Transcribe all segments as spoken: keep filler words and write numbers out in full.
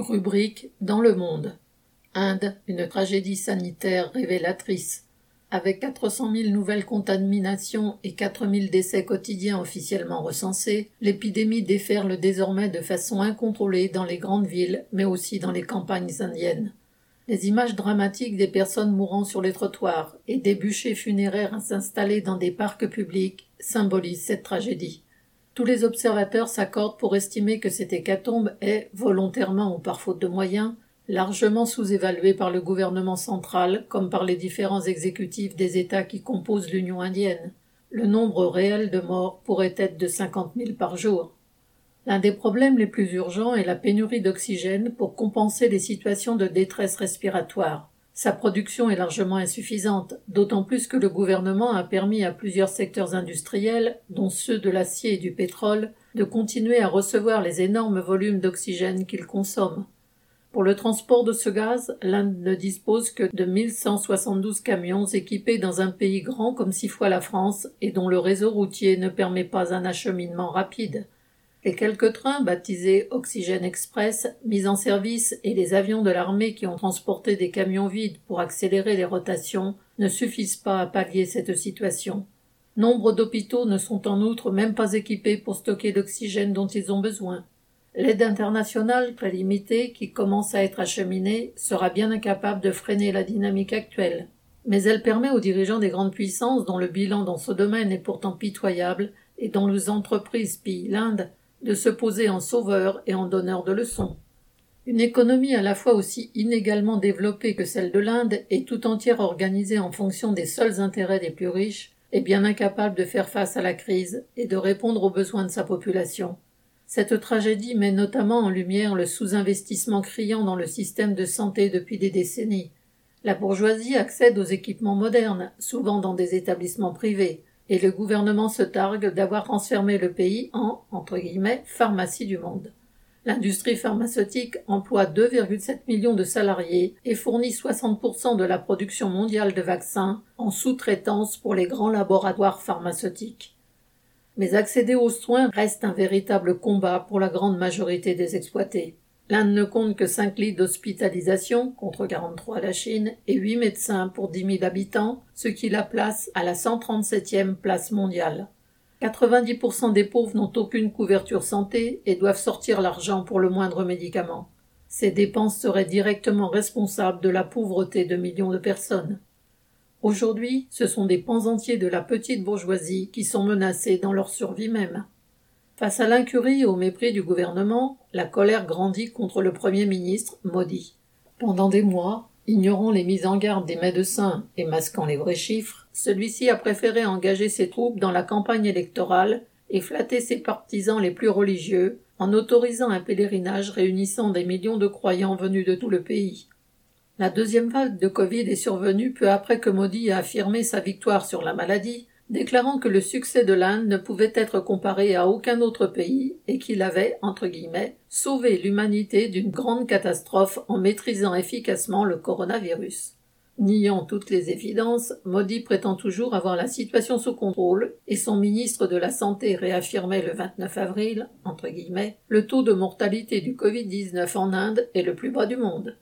Rubrique dans le monde. Inde, une tragédie sanitaire révélatrice. Avec quatre cent mille nouvelles contaminations et quatre mille décès quotidiens officiellement recensés, l'épidémie déferle désormais de façon incontrôlée dans les grandes villes, mais aussi dans les campagnes indiennes. Les images dramatiques des personnes mourant sur les trottoirs et des bûchers funéraires s'installer dans des parcs publics symbolisent cette tragédie. Tous les observateurs s'accordent pour estimer que cette hécatombe est, volontairement ou par faute de moyens, largement sous-évaluée par le gouvernement central comme par les différents exécutifs des États qui composent l'Union indienne. Le nombre réel de morts pourrait être de cinquante mille par jour. L'un des problèmes les plus urgents est la pénurie d'oxygène pour compenser les situations de détresse respiratoire. Sa production est largement insuffisante, d'autant plus que le gouvernement a permis à plusieurs secteurs industriels, dont ceux de l'acier et du pétrole, de continuer à recevoir les énormes volumes d'oxygène qu'ils consomment. Pour le transport de ce gaz, l'Inde ne dispose que de mille cent soixante-douze camions équipés dans un pays grand comme six fois la France et dont le réseau routier ne permet pas un acheminement rapide. Les quelques trains baptisés Oxygène Express mis en service et les avions de l'armée qui ont transporté des camions vides pour accélérer les rotations ne suffisent pas à pallier cette situation. Nombre d'hôpitaux ne sont en outre même pas équipés pour stocker l'oxygène dont ils ont besoin. L'aide internationale, très limitée, qui commence à être acheminée, sera bien incapable de freiner la dynamique actuelle. Mais elle permet aux dirigeants des grandes puissances, dont le bilan dans ce domaine est pourtant pitoyable et dont les entreprises pillent l'Inde, de se poser en sauveurs et en donneurs de leçons. Une économie à la fois aussi inégalement développée que celle de l'Inde et tout entière organisée en fonction des seuls intérêts des plus riches, est bien incapable de faire face à la crise et de répondre aux besoins de sa population. Cette tragédie met notamment en lumière le sous-investissement criant dans le système de santé depuis des décennies. La bourgeoisie accède aux équipements modernes, souvent dans des établissements privés, et le gouvernement se targue d'avoir transformé le pays en, entre guillemets, pharmacie du monde. L'industrie pharmaceutique emploie deux virgule sept millions de salariés et fournit soixante pour cent de la production mondiale de vaccins en sous-traitance pour les grands laboratoires pharmaceutiques. Mais accéder aux soins reste un véritable combat pour la grande majorité des exploités. L'Inde ne compte que cinq lits d'hospitalisation, contre quarante-trois à la Chine, et huit médecins pour dix mille habitants, ce qui la place à la cent trente-septième place mondiale. quatre-vingt-dix pour cent des pauvres n'ont aucune couverture santé et doivent sortir l'argent pour le moindre médicament. Ces dépenses seraient directement responsables de la pauvreté de millions de personnes. Aujourd'hui, ce sont des pans entiers de la petite bourgeoisie qui sont menacés dans leur survie même. Face à l'incurie et au mépris du gouvernement, la colère grandit contre le Premier ministre Modi. Pendant des mois, ignorant les mises en garde des médecins et masquant les vrais chiffres, celui-ci a préféré engager ses troupes dans la campagne électorale et flatter ses partisans les plus religieux en autorisant un pèlerinage réunissant des millions de croyants venus de tout le pays. La deuxième vague de Covid est survenue peu après que Modi a affirmé sa victoire sur la maladie, déclarant que le succès de l'Inde ne pouvait être comparé à aucun autre pays et qu'il avait, entre guillemets, sauvé l'humanité d'une grande catastrophe en maîtrisant efficacement le coronavirus. Niant toutes les évidences, Modi prétend toujours avoir la situation sous contrôle et son ministre de la Santé réaffirmait le vingt-neuf avril, entre guillemets, le taux de mortalité du covid dix-neuf en Inde est le plus bas du monde.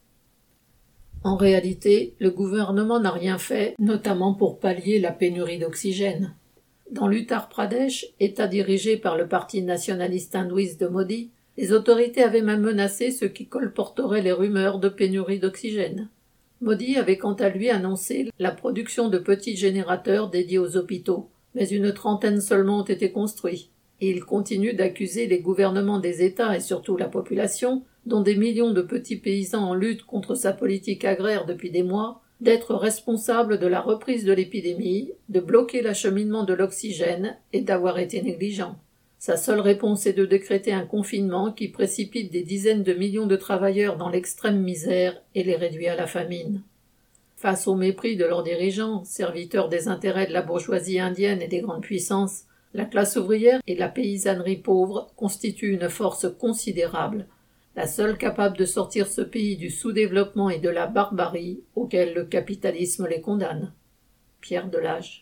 En réalité, le gouvernement n'a rien fait, notamment pour pallier la pénurie d'oxygène. Dans l'Uttar Pradesh, État dirigé par le parti nationaliste hindouiste de Modi, les autorités avaient même menacé ceux qui colporteraient les rumeurs de pénurie d'oxygène. Modi avait quant à lui annoncé la production de petits générateurs dédiés aux hôpitaux, mais une trentaine seulement ont été construits. Et il continue d'accuser les gouvernements des États et surtout la population, dont des millions de petits paysans en lutte contre sa politique agraire depuis des mois, d'être responsables de la reprise de l'épidémie, de bloquer l'acheminement de l'oxygène et d'avoir été négligents. Sa seule réponse est de décréter un confinement qui précipite des dizaines de millions de travailleurs dans l'extrême misère et les réduit à la famine. Face au mépris de leurs dirigeants, serviteurs des intérêts de la bourgeoisie indienne et des grandes puissances, la classe ouvrière et la paysannerie pauvre constituent une force considérable, la seule capable de sortir ce pays du sous-développement et de la barbarie auquel le capitalisme les condamne. Pierre Delage.